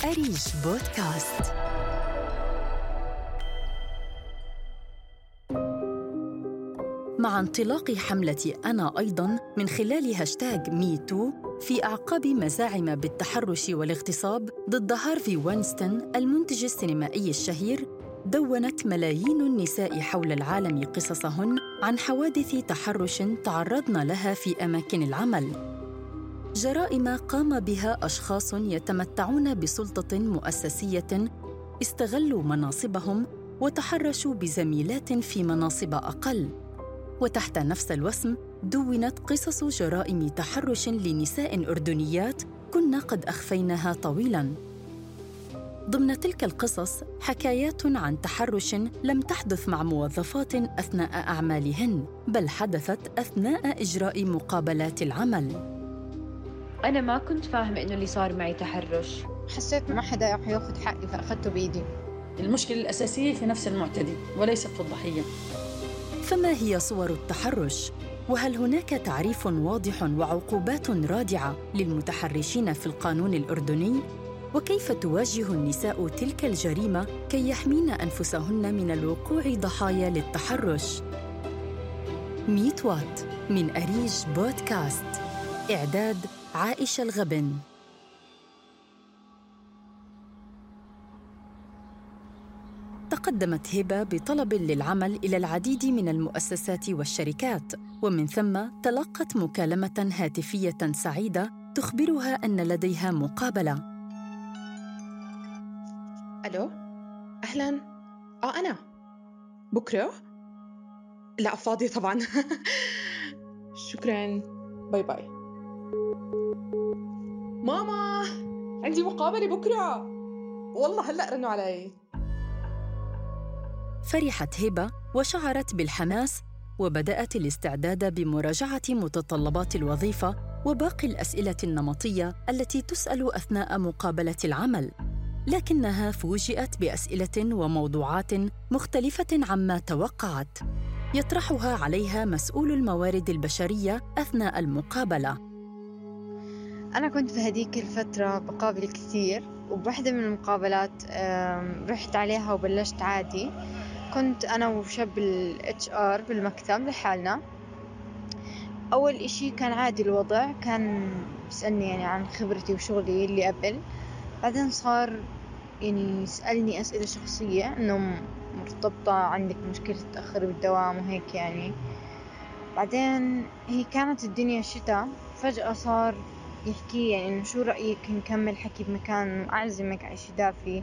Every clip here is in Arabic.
أريج بودكاست. مع انطلاق حملة أنا أيضاً من خلال هاشتاغ ميتو في أعقاب مزاعم بالتحرش والاغتصاب ضد هارفي وينستون المنتج السينمائي الشهير، دونت ملايين النساء حول العالم قصصهن عن حوادث تحرش تعرضن لها في أماكن العمل، جرائم قام بها أشخاص يتمتعون بسلطة مؤسسية استغلوا مناصبهم وتحرشوا بزميلات في مناصب أقل. وتحت نفس الوسم دونت قصص جرائم تحرش لنساء أردنيات كنا قد أخفيناها طويلاً. ضمن تلك القصص حكايات عن تحرش لم تحدث مع موظفات أثناء أعمالهن، بل حدثت أثناء إجراء مقابلات العمل. أنا ما كنت فاهمة إنه اللي صار معي تحرش، حسيت ما حدا رح ياخذ حقي فأخذته بإيدي. المشكلة الأساسية في نفس المعتدي وليست في الضحية. فما هي صور التحرش؟ وهل هناك تعريف واضح وعقوبات رادعة للمتحرشين في القانون الأردني؟ وكيف تواجه النساء تلك الجريمة كي يحمين أنفسهن من الوقوع ضحايا للتحرش؟ ميت وات من أريج بودكاست. إعداد عائشة الغبن. تقدمت هبة بطلب للعمل إلى العديد من المؤسسات والشركات، ومن ثم تلقت مكالمة هاتفية سعيدة تخبرها أن لديها مقابلة. ألو، أهلاً. أنا بكرة؟ لا فاضية طبعاً. شكراً، باي باي. ماما عندي مقابلة بكرة، والله هلأ رنوا علي. فرحت هبة وشعرت بالحماس، وبدأت الاستعداد بمراجعة متطلبات الوظيفة وباقي الأسئلة النمطية التي تسأل أثناء مقابلة العمل، لكنها فوجئت بأسئلة وموضوعات مختلفة عما توقعت يطرحها عليها مسؤول الموارد البشرية أثناء المقابلة. أنا كنت في هذيك الفترة بقابل كثير، وبواحدة من المقابلات رحت عليها وبلشت عادي. كنت أنا وشاب ال HR بالمكتب لحالنا. أول إشي كان عادي الوضع، كان بيسألني يعني عن خبرتي وشغلي اللي قبل. بعدين صار يعني يسألني أسئلة شخصية، إنه مرتبطة عندك مشكلة تأخر بالدوام وهيك يعني. بعدين هي كانت الدنيا شتاء، فجأة صار يحكي يعني إنه شو رأيك نكمل حكي بمكان أعزمك على شي دافي.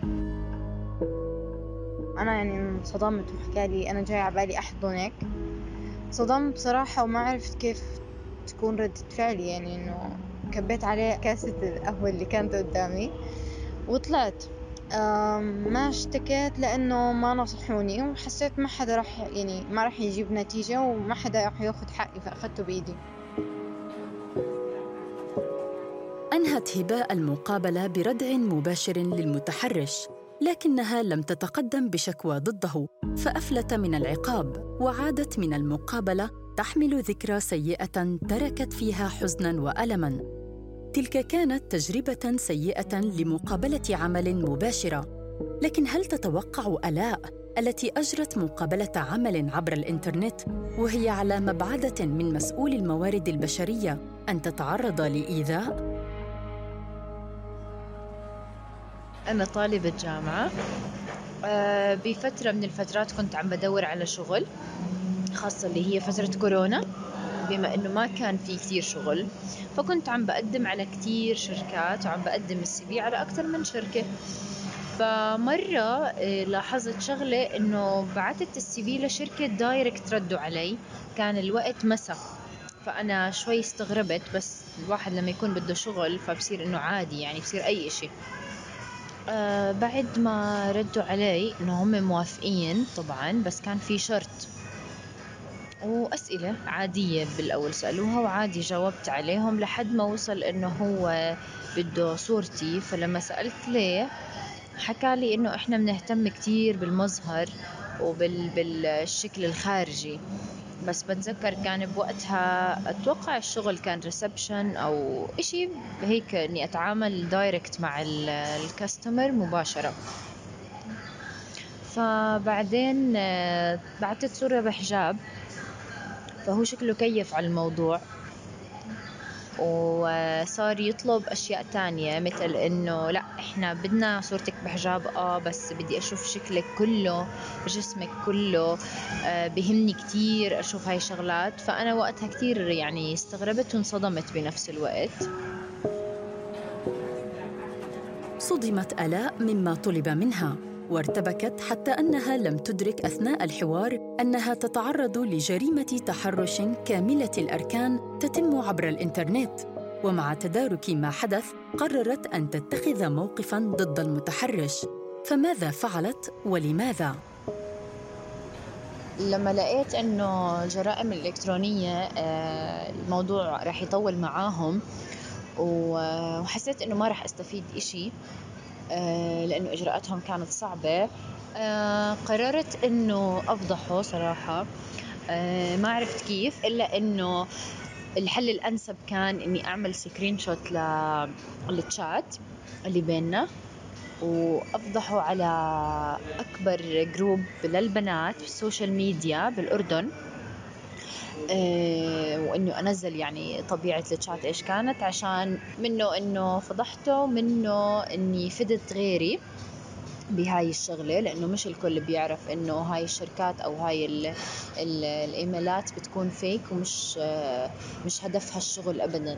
أنا يعني انصدمت وحكالي أنا جاي عبالي أحضنك. صدمت بصراحة وما عرفت كيف تكون ردة فعلي، يعني إنه كبيت عليه كاسة القهوة اللي كانت قدامي وطلعت. ما اشتكيت لأنه ما نصحوني، وحسيت ما حدا ما راح يجيب نتيجة، وما حدا راح ياخد حقي فأخذته بإيدي. أنهت هبة المقابلة بردع مباشر للمتحرش، لكنها لم تتقدم بشكوى ضده، فأفلت من العقاب وعادت من المقابلة تحمل ذكرى سيئة تركت فيها حزناً وألماً. تلك كانت تجربة سيئة لمقابلة عمل مباشرة، لكن هل تتوقع آلاء التي أجرت مقابلة عمل عبر الإنترنت وهي على مبعدة من مسؤول الموارد البشرية أن تتعرض لإيذاء؟ أنا طالبة جامعة. بفترة من الفترات كنت عم بدور على شغل، خاصة اللي هي فترة كورونا، بما إنه ما كان في كتير شغل، فكنت عم بقدم على كتير شركات وعم بقدم السي في على أكتر من شركة. فمرة لاحظت شغلة إنه بعثت السي في لشركة دايركت ردوا علي، كان الوقت مساء، فأنا شوي استغربت، بس الواحد لما يكون بده شغل فبصير إنه عادي يعني بصير أي إشي. بعد ما ردوا علي إنه هم موافقين طبعا، بس كان في شرط وأسئلة عادية بالأول سألوها وعادي جاوبت عليهم، لحد ما وصل إنه هو بده صورتي. فلما سألت ليه حكى لي إنه إحنا بنهتم كتير بالمظهر وبالشكل الخارجي، بس بتذكر كان بوقتها أتوقع الشغل كان ريسبشن أو إشي هيك، إني أتعامل دايركت مع الكاستمر مباشرة. فبعدين بعتت صورة بحجاب، فهو شكله كيف على الموضوع وصار يطلب أشياء تانية، مثل إنه لا إحنا بدنا صورتك بحجاب بس بدي أشوف شكلك كله، جسمك كله، بهمني كتير أشوف هاي الشغلات. فأنا وقتها كتير يعني استغربت وانصدمت بنفس الوقت. صدمت آلاء مما طلب منها وارتبكت حتى أنها لم تدرك أثناء الحوار أنها تتعرض لجريمة تحرش كاملة الأركان تتم عبر الإنترنت. ومع تدارك ما حدث قررت أن تتخذ موقفاً ضد المتحرش. فماذا فعلت ولماذا؟ لما لقيت إنه الجرائم الإلكترونية الموضوع راح يطول معاهم وحسيت إنه ما راح أستفيد إشي لأنه إجراءاتهم كانت صعبة، قررت إنه أفضحه صراحة. ما عرفت كيف، إلا إنه الحل الأنسب كان إني أعمل سكرين شوت للتشات اللي بيننا وأفضحه على أكبر جروب للبنات في السوشيال ميديا بالأردن، وإنه أنزل يعني طبيعة التشات إيش كانت، عشان منه إنه فضحته، منه إني فدت غيري بهاي الشغلة، لأنه مش الكل بيعرف إنه هاي الشركات أو هاي الإيميلات بتكون فيك ومش مش هدفها الشغل أبداً.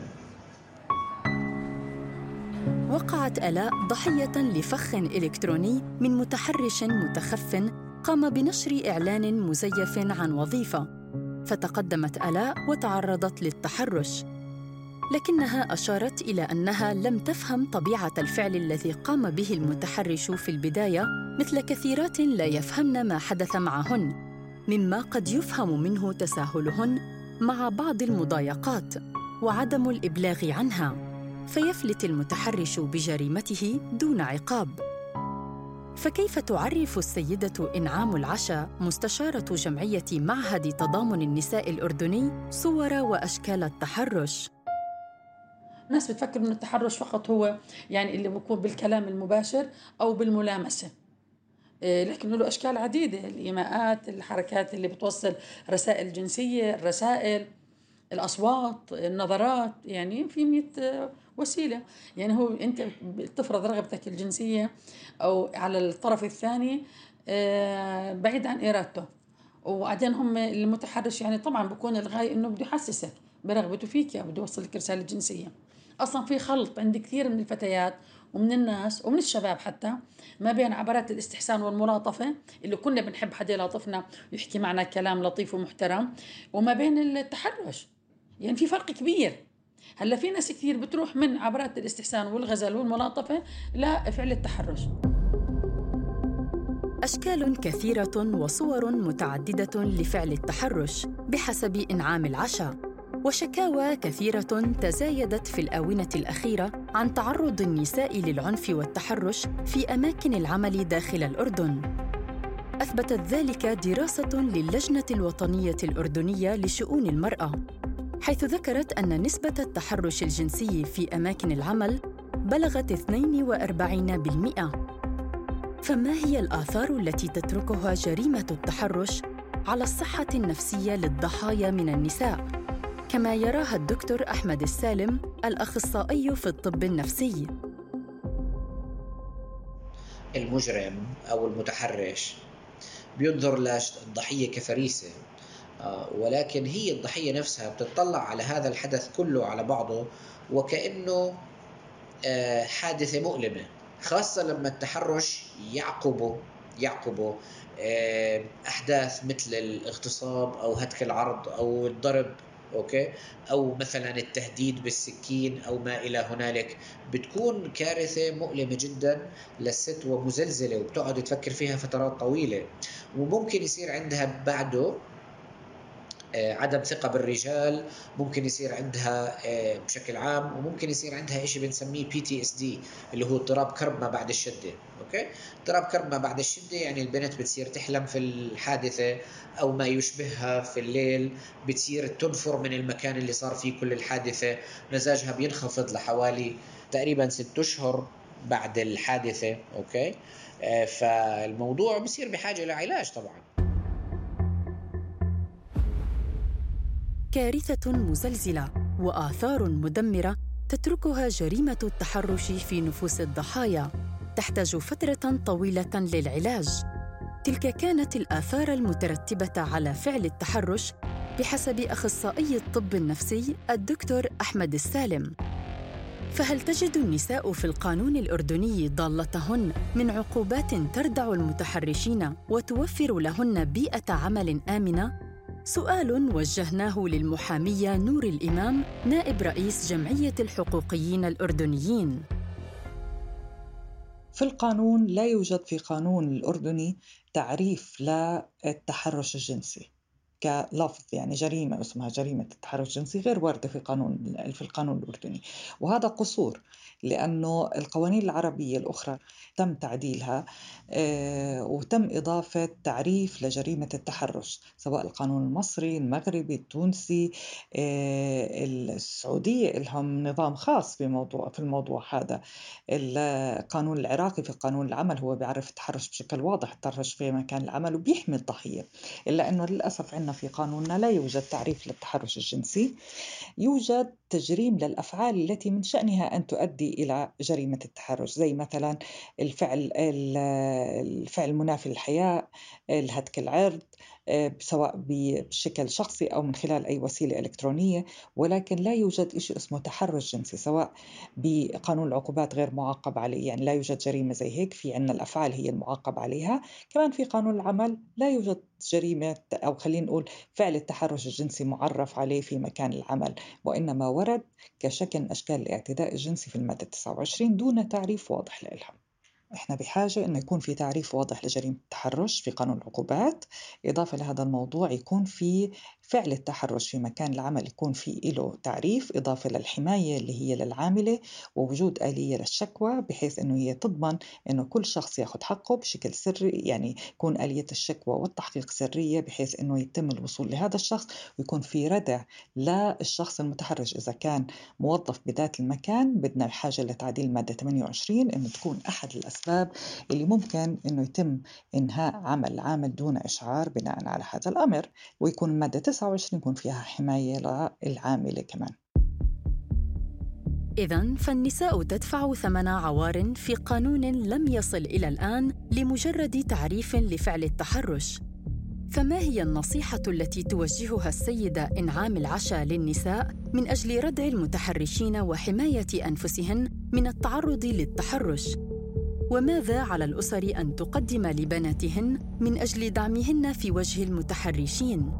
وقعت آلاء ضحية لفخ إلكتروني من متحرش متخف قام بنشر إعلان مزيف عن وظيفة، فتقدمت آلاء وتعرضت للتحرش، لكنها أشارت إلى أنها لم تفهم طبيعة الفعل الذي قام به المتحرش في البداية، مثل كثيرات لا يفهمن ما حدث معهن، مما قد يفهم منه تساهلهن مع بعض المضايقات وعدم الإبلاغ عنها، فيفلت المتحرش بجريمته دون عقاب. فكيف تعرف السيدة إنعام العشا مستشارة جمعية معهد تضامن النساء الأردني صور وأشكال التحرش؟ الناس بتفكر إنه التحرش فقط هو يعني اللي بيكون بالكلام المباشر أو بالملامسة، لكن له أشكال عديدة، الإيماءات، الحركات اللي بتوصل رسائل جنسية، الرسائل، الأصوات، النظرات، يعني في 100 وسيلة. يعني هو أنت تفرض رغبتك الجنسية أو على الطرف الثاني بعيد عن إرادته، وبعدين هم المتحرش يعني طبعا بيكون الغاية إنه بده يحسسك برغبته فيك أو بده يوصل لك رسالة جنسية. أصلا في خلط عند كثير من الفتيات ومن الناس ومن الشباب حتى ما بين عبارات الاستحسان والملاطفة اللي كنا بنحب حدا يلاطفنا ويحكي معنا كلام لطيف ومحترم، وما بين التحرش. يعني في فرق كبير. هلا في ناس كثير بتروح من عبارات الاستحسان والغزل والملاطفة لفعل التحرش. أشكال كثيرة وصور متعددة لفعل التحرش بحسب إنعام العشا، وشكاوى كثيرة تزايدت في الآونة الأخيرة عن تعرض النساء للعنف والتحرش في أماكن العمل داخل الأردن. أثبتت ذلك دراسة للجنة الوطنية الأردنية لشؤون المرأة، حيث ذكرت أن نسبة التحرش الجنسي في أماكن العمل بلغت 42%. فما هي الآثار التي تتركها جريمة التحرش على الصحة النفسية للضحايا من النساء، كما يراها الدكتور أحمد السالم الأخصائي في الطب النفسي؟ المجرم أو المتحرش بينظر للضحية كفريسة، ولكن هي الضحية نفسها بتطلع على هذا الحدث كله على بعضه وكأنه حادثة مؤلمة، خاصة لما التحرش يعقبه أحداث مثل الاغتصاب أو هتك العرض أو الضرب، أو مثلا التهديد بالسكين أو ما إلى هنالك. بتكون كارثة مؤلمة جدا للست ومزلزلة، وبتقعد تفكر فيها فترات طويلة، وممكن يصير عندها بعده عدم ثقة بالرجال، ممكن يصير عندها بشكل عام، وممكن يصير عندها إشي بنسميه PTSD اللي هو اضطراب كرب ما بعد الشدة. أوكي، اضطراب كرب ما بعد الشدة يعني البنت بتصير تحلم في الحادثة أو ما يشبهها في الليل، بتصير تنفر من المكان اللي صار فيه كل الحادثة، مزاجها بينخفض لحوالي تقريبا 6 أشهر بعد الحادثة. أوكي، فالموضوع بصير بحاجة لعلاج طبعا. كارثة مزلزلة وآثار مدمرة تتركها جريمة التحرش في نفوس الضحايا، تحتاج فترة طويلة للعلاج. تلك كانت الآثار المترتبة على فعل التحرش بحسب أخصائي الطب النفسي الدكتور أحمد السالم. فهل تجد النساء في القانون الأردني ضالتهن من عقوبات تردع المتحرشين وتوفر لهن بيئة عمل آمنة؟ سؤال وجهناه للمحامية نور الإمام نائب رئيس جمعية الحقوقيين الأردنيين. في القانون لا يوجد في قانون الأردني تعريف للتحرش الجنسي كلفظ، يعني جريمة اسمها جريمة التحرش الجنسي غير واردة في القانون الأردني، وهذا قصور لأنه القوانين العربية الأخرى تم تعديلها وتم إضافة تعريف لجريمة التحرش، سواء القانون المصري، المغربي، التونسي، السعودية لهم نظام خاص في الموضوع هذا. القانون العراقي في قانون العمل هو بيعرف التحرش بشكل واضح، التحرش في مكان العمل وبيحمي الضحية، إلا أنه للأسف عندنا في قانوننا لا يوجد تعريف للتحرش الجنسي. يوجد تجريم للأفعال التي من شأنها أن تؤدي إلى جريمة التحرش، زي مثلا الفعل المنافي للحياء، الهتك العرض، سواء بشكل شخصي أو من خلال أي وسيلة إلكترونية، ولكن لا يوجد إشي اسمه تحرش جنسي، سواء بقانون العقوبات غير معاقب عليه، يعني لا يوجد جريمة زي هيك، في عنا الأفعال هي المعاقب عليها. كمان في قانون العمل لا يوجد جريمة أو خلينا نقول فعل التحرش الجنسي معرف عليه في مكان العمل، وإنما ورد كشكل من أشكال الاعتداء الجنسي في المادة 29 دون تعريف واضح لها. إحنا بحاجة إنه يكون في تعريف واضح لجريمة التحرش في قانون العقوبات، إضافة لهذا الموضوع يكون في فعل التحرش في مكان العمل يكون في له تعريف، إضافة للحماية اللي هي للعاملة، ووجود آلية للشكوى بحيث إنه هي تضمن إنه كل شخص يأخذ حقه بشكل سري، يعني يكون آلية الشكوى والتحقيق سرية بحيث إنه يتم الوصول لهذا الشخص، ويكون في ردع للشخص المتحرش. إذا كان موظف بذات المكان بدنا بحاجة لتعديل المادة 28 إنه تكون أحد الأسباب اللي ممكن إنه يتم إنهاء عمل العامل دون إشعار بناء على هذا الأمر، ويكون المادة 29 يكون فيها حماية للعاملة كمان. إذن فالنساء تدفع ثمن عوار في قانون لم يصل إلى الآن لمجرد تعريف لفعل التحرش. فما هي النصيحة التي توجهها السيدة إنعام العشا للنساء من أجل ردع المتحرشين وحماية أنفسهن من التعرض للتحرش؟ وماذا على الأسر أن تقدم لبناتهن من أجل دعمهن في وجه المتحرشين؟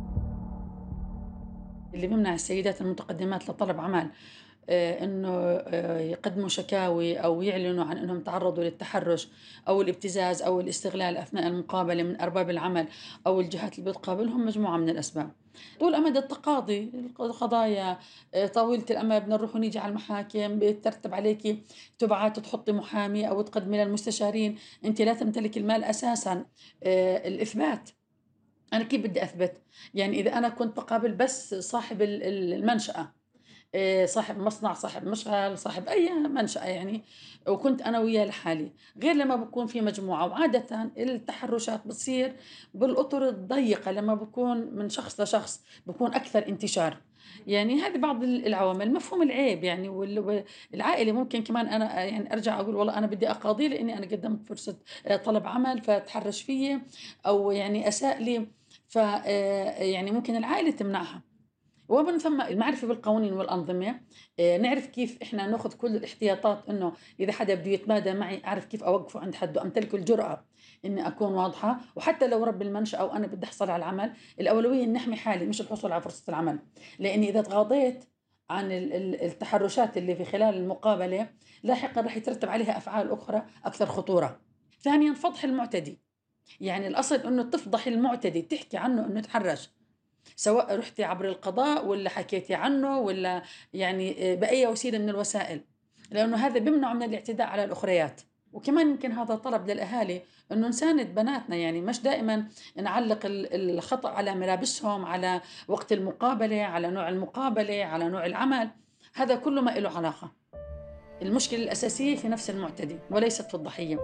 اللي بيمنع السيدات المتقدمات لطلب عمل إنه يقدموا شكاوي أو يعلنوا عن أنهم تعرضوا للتحرش أو الابتزاز أو الاستغلال أثناء المقابلة من أرباب العمل أو الجهات اللي بتقابلهم، مجموعة من الأسباب. طول أمد التقاضي القضايا طويلة الأمد، بنروح ونيجي على المحاكم، بترتب عليكي تبعات تحطي محامي أو تقدمي للمستشارين، أنت لا تمتلك المال أساساً. الإثبات، أنا كيف بدي أثبت؟ يعني إذا أنا كنت بقابل بس صاحب المنشأة، صاحب مصنع، صاحب مشغل، صاحب أي منشأة يعني، وكنت أنا وياه لحالي، غير لما بكون في مجموعة. وعادة التحرشات بتصير بالأطر الضيقة، لما بكون من شخص لشخص بكون أكثر انتشار. يعني هذه بعض العوامل. مفهوم العيب يعني والعائلة ممكن كمان أنا يعني أرجع أقول والله أنا بدي أقاضي لأني أنا قدمت فرصة طلب عمل فتحرش فيه أو يعني أساء لي، يعني ممكن العائلة تمنعها. ومن ثم المعرفة بالقوانين والأنظمة، نعرف كيف إحنا نأخذ كل الاحتياطات، إنه إذا حدا بده يتمادى معي أعرف كيف أوقفه عند حده، أمتلك الجرأة إني أكون واضحة. وحتى لو رب المنشأة وأنا بدي أحصل على العمل، الأولوية إن نحمي حالي مش الحصول على فرصة العمل، لأني إذا تغاضيت عن التحرشات اللي في خلال المقابلة لاحقا رح يترتب عليها أفعال أخرى أكثر خطورة. ثانيا، فضح المعتدي، يعني الأصل إنه تفضح المعتدي، تحكي عنه إنه تحرش، سواء رحتي عبر القضاء ولا حكيتي عنه ولا يعني بأي وسيلة من الوسائل، لأنه هذا بيمنع من الاعتداء على الأخريات. وكمان يمكن هذا طلب للأهالي أنه نساند بناتنا، يعني مش دائما نعلق الخطأ على ملابسهم، على وقت المقابلة، على نوع المقابلة، على نوع العمل. هذا كله ما له علاقة. المشكلة الأساسية في نفس المعتدي وليست في الضحية.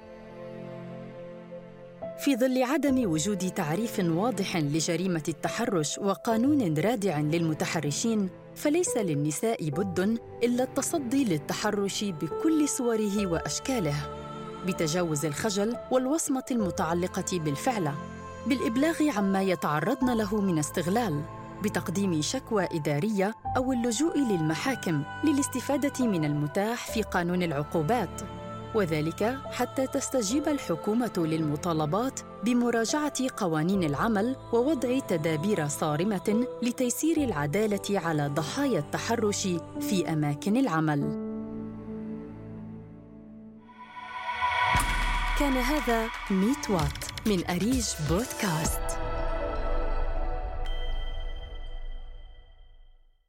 في ظل عدم وجود تعريف واضح لجريمة التحرش وقانون رادع للمتحرشين، فليس للنساء بد إلا التصدي للتحرش بكل صوره وأشكاله، بتجاوز الخجل والوصمة المتعلقة بالفعل، بالإبلاغ عما يتعرضن له من استغلال، بتقديم شكوى إدارية أو اللجوء للمحاكم للاستفادة من المتاح في قانون العقوبات، وذلك حتى تستجيب الحكومة للمطالبات بمراجعة قوانين العمل ووضع تدابير صارمة لتيسير العدالة على ضحايا التحرش في أماكن العمل. كان هذا 100 وات من أريج بودكاست.